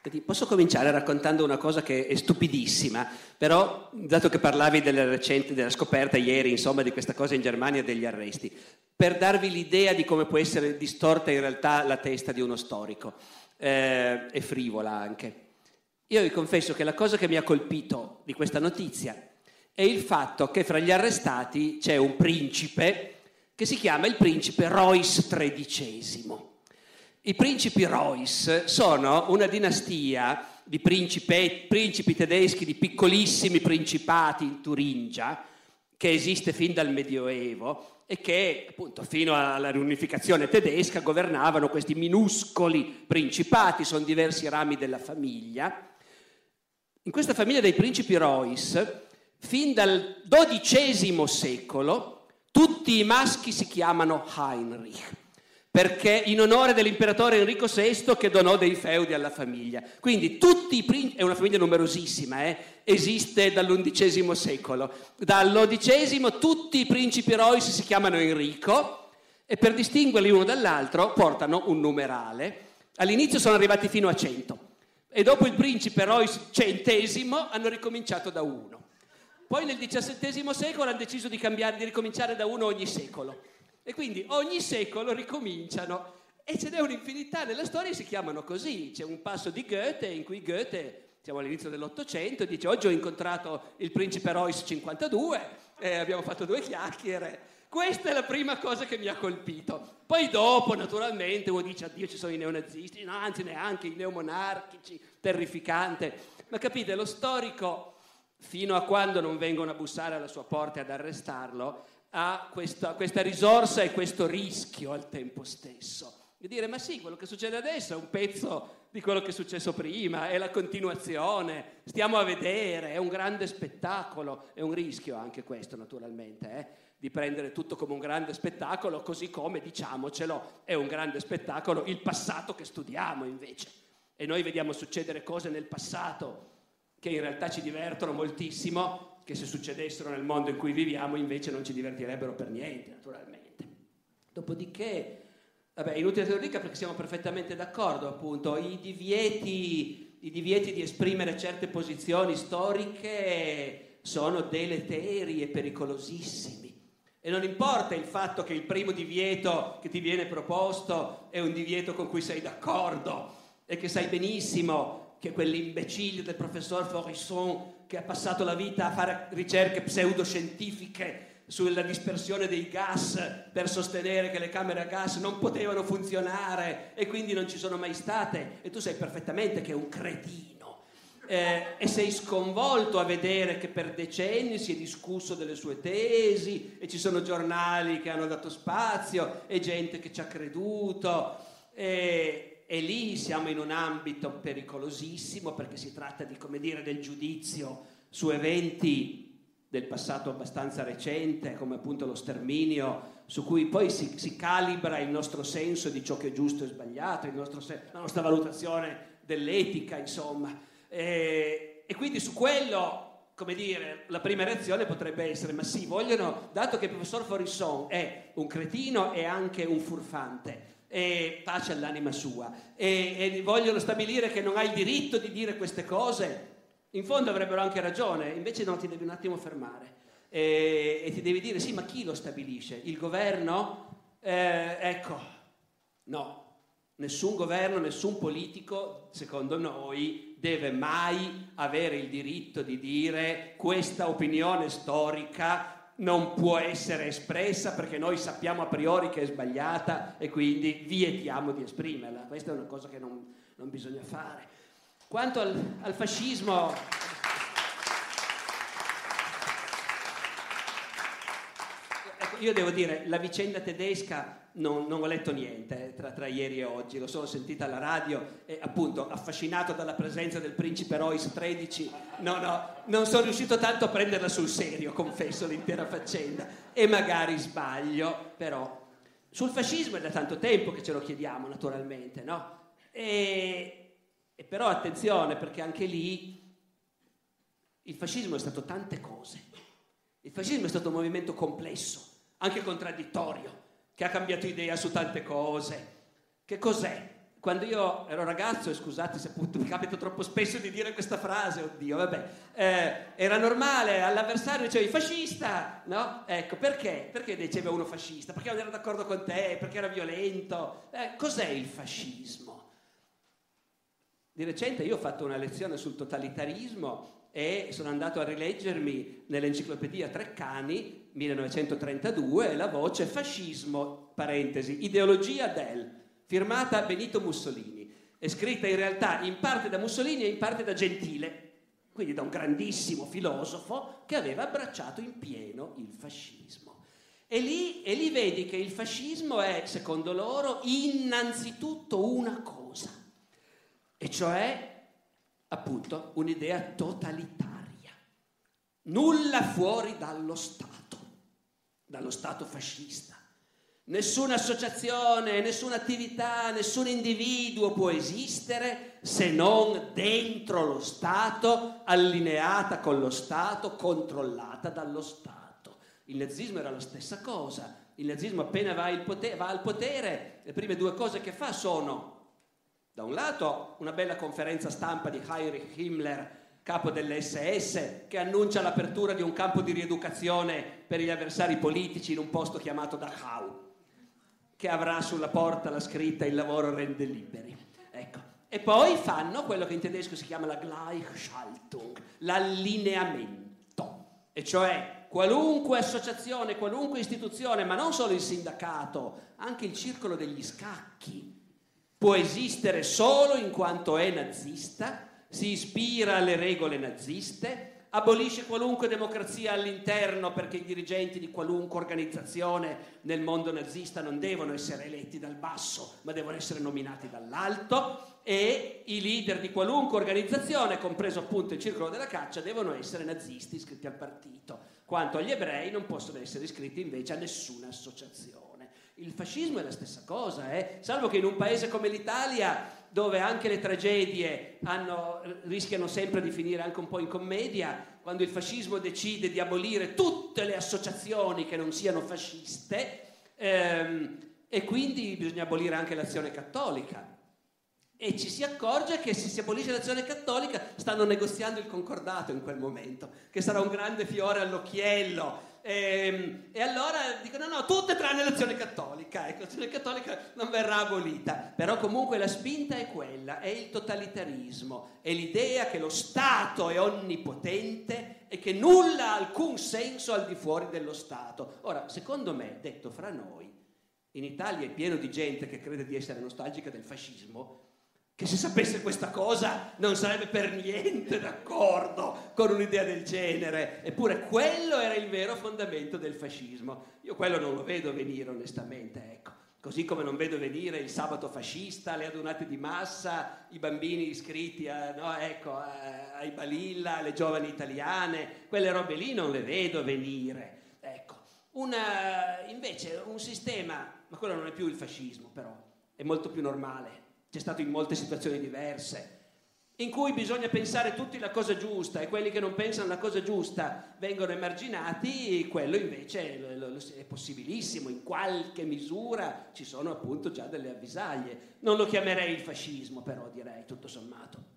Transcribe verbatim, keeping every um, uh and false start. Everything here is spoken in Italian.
Posso cominciare raccontando una cosa che è stupidissima, però dato che parlavi della recente, della scoperta ieri, insomma, di questa cosa in Germania degli arresti, per darvi l'idea di come può essere distorta in realtà la testa di uno storico, eh, e frivola anche. Io vi confesso che la cosa che mi ha colpito di questa notizia è il fatto che fra gli arrestati c'è un principe che si chiama il principe Reuss tredicesimo. I principi Reuss sono una dinastia di principe, principi tedeschi, di piccolissimi principati in Turingia, che esiste fin dal Medioevo e che appunto fino alla riunificazione tedesca governavano questi minuscoli principati, sono diversi rami della famiglia. In questa famiglia dei principi Reuss, fin dal dodicesimo secolo, tutti i maschi si chiamano Heinrich, perché in onore dell'imperatore Enrico sesto che donò dei feudi alla famiglia. Quindi tutti i principi, è una famiglia numerosissima, eh? Esiste dall'undicesimo secolo. Dall'odicesimo tutti i principi Reuss si chiamano Enrico e per distinguerli uno dall'altro portano un numerale. All'inizio sono arrivati fino a cento e dopo il principe Reuss centesimo hanno ricominciato da uno. Poi nel diciassettesimo secolo hanno deciso di cambiare, di ricominciare da uno ogni secolo. E quindi ogni secolo ricominciano e ce n'è un'infinità nella storia e si chiamano così. C'è un passo di Goethe in cui Goethe, siamo all'inizio dell'Ottocento, dice: oggi ho incontrato il principe Reuss cinquantadue e abbiamo fatto due chiacchiere. Questa è la prima cosa che mi ha colpito. Poi dopo, naturalmente, uno dice: addio, ci sono i neonazisti, no, anzi neanche i neomonarchici, terrificante. Ma capite, lo storico, fino a quando non vengono a bussare alla sua porta e ad arrestarlo, ha questa, questa risorsa e questo rischio al tempo stesso di dire: ma sì, quello che succede adesso è un pezzo di quello che è successo prima, è la continuazione, stiamo a vedere, è un grande spettacolo. È un rischio anche questo, naturalmente, eh? Di prendere tutto come un grande spettacolo, così come, diciamocelo, è un grande spettacolo il passato che studiamo invece, e noi vediamo succedere cose nel passato che in realtà ci divertono moltissimo, che se succedessero nel mondo in cui viviamo invece non ci divertirebbero per niente, naturalmente. Dopodiché, vabbè, inutile che lo dica perché siamo perfettamente d'accordo, appunto, i divieti, i divieti di esprimere certe posizioni storiche sono deleteri e pericolosissimi. E non importa il fatto che il primo divieto che ti viene proposto è un divieto con cui sei d'accordo e che sai benissimo che quell'imbecille del professor Faurisson che ha passato la vita a fare ricerche pseudoscientifiche sulla dispersione dei gas per sostenere che le camere a gas non potevano funzionare e quindi non ci sono mai state, e tu sai perfettamente che è un cretino, eh, e sei sconvolto a vedere che per decenni si è discusso delle sue tesi e ci sono giornali che hanno dato spazio e gente che ci ha creduto, e E lì siamo in un ambito pericolosissimo perché si tratta di, come dire, del giudizio su eventi del passato abbastanza recente, come appunto lo sterminio, su cui poi si, si calibra il nostro senso di ciò che è giusto e sbagliato, il nostro, la nostra valutazione dell'etica, insomma. E, e quindi su quello, come dire, la prima reazione potrebbe essere: ma sì, vogliono, dato che il professor Faurisson è un cretino e anche un furfante, e pace all'anima sua, e, e vogliono stabilire che non hai il diritto di dire queste cose, in fondo avrebbero anche ragione. Invece no, ti devi un attimo fermare e, e ti devi dire: sì, ma chi lo stabilisce? Il governo? Eh, ecco, no, nessun governo, nessun politico, secondo noi, deve mai avere il diritto di dire: questa opinione storica non può essere espressa perché noi sappiamo a priori che è sbagliata e quindi vietiamo di esprimerla. Questa è una cosa che non, non bisogna fare. Quanto al, al fascismo, ecco, io devo dire, la vicenda tedesca non, non ho letto niente eh, tra, tra ieri e oggi, l'ho solo sentita alla radio e appunto affascinato dalla presenza del principe Reuss tredici, no, no, non sono riuscito tanto a prenderla sul serio, confesso, l'intera faccenda, e magari sbaglio, però sul fascismo è da tanto tempo che ce lo chiediamo, naturalmente, no? E, e però attenzione, perché anche lì il fascismo è stato tante cose. Il fascismo è stato un movimento complesso, anche contraddittorio, che ha cambiato idea su tante cose. Che cos'è? quando io ero ragazzo, e scusate se appunto mi capita troppo spesso di dire questa frase, oddio, vabbè, eh, era normale, all'avversario dicevi fascista, no? Ecco, perché? Perché diceva uno fascista? Perché non era d'accordo con te? Perché era violento? Eh, cos'è il fascismo? Di recente io ho fatto una lezione sul totalitarismo e sono andato a rileggermi nell'enciclopedia Treccani, millenovecentotrentadue, la voce fascismo, parentesi, ideologia del... firmata Benito Mussolini, è scritta in realtà in parte da Mussolini e in parte da Gentile, quindi da un grandissimo filosofo che aveva abbracciato in pieno il fascismo. E lì, e lì vedi che il fascismo è, secondo loro, innanzitutto una cosa, e cioè, appunto, un'idea totalitaria. Nulla fuori dallo Stato, dallo Stato fascista. Nessuna associazione, nessuna attività, nessun individuo può esistere se non dentro lo Stato, allineata con lo Stato, controllata dallo Stato. Il nazismo era la stessa cosa. Il nazismo appena va, il potere, va al potere, le prime due cose che fa sono, da un lato, una bella conferenza stampa di Heinrich Himmler, capo dell'esse esse, che annuncia l'apertura di un campo di rieducazione per gli avversari politici in un posto chiamato Dachau, che avrà sulla porta la scritta "il lavoro rende liberi". Ecco. E poi fanno quello che in tedesco si chiama la Gleichschaltung, l'allineamento, e cioè qualunque associazione, qualunque istituzione, ma non solo il sindacato, anche il circolo degli scacchi, può esistere solo in quanto è nazista, si ispira alle regole naziste, abolisce qualunque democrazia all'interno perché i dirigenti di qualunque organizzazione nel mondo nazista non devono essere eletti dal basso, ma devono essere nominati dall'alto, e i leader di qualunque organizzazione, compreso appunto il circolo della caccia, devono essere nazisti iscritti al partito. Quanto agli ebrei non possono essere iscritti invece a nessuna associazione. Il fascismo è la stessa cosa, eh? Salvo che in un paese come l'Italia, dove anche le tragedie hanno, rischiano sempre di finire anche un po' in commedia, quando il fascismo decide di abolire tutte le associazioni che non siano fasciste, ehm, e quindi bisogna abolire anche l'Azione Cattolica. E ci si accorge che se si abolisce l'Azione Cattolica stanno negoziando il concordato in quel momento, che sarà un grande fiore all'occhiello. E, e allora dicono no, tutte tranne l'Azione Cattolica, ecco, l'Azione Cattolica non verrà abolita, però comunque la spinta è quella, è il totalitarismo, è l'idea che lo Stato è onnipotente e che nulla ha alcun senso al di fuori dello Stato. Ora, secondo me, detto fra noi, in Italia è pieno di gente che crede di essere nostalgica del fascismo, che se sapesse questa cosa non sarebbe per niente d'accordo con un'idea del genere. Eppure quello era il vero fondamento del fascismo. Io quello non lo vedo venire onestamente, ecco. Così come non vedo venire il sabato fascista, le adunate di massa, i bambini iscritti a, no, ecco, a, ai Balilla, le giovani italiane, quelle robe lì non le vedo venire. Ecco. Una, invece un sistema, ma quello non è più il fascismo però, è molto più normale. C'è stato in molte situazioni diverse, in cui bisogna pensare tutti la cosa giusta e quelli che non pensano la cosa giusta vengono emarginati, quello invece è possibilissimo, in qualche misura ci sono appunto già delle avvisaglie. Non lo chiamerei il fascismo però, direi, tutto sommato.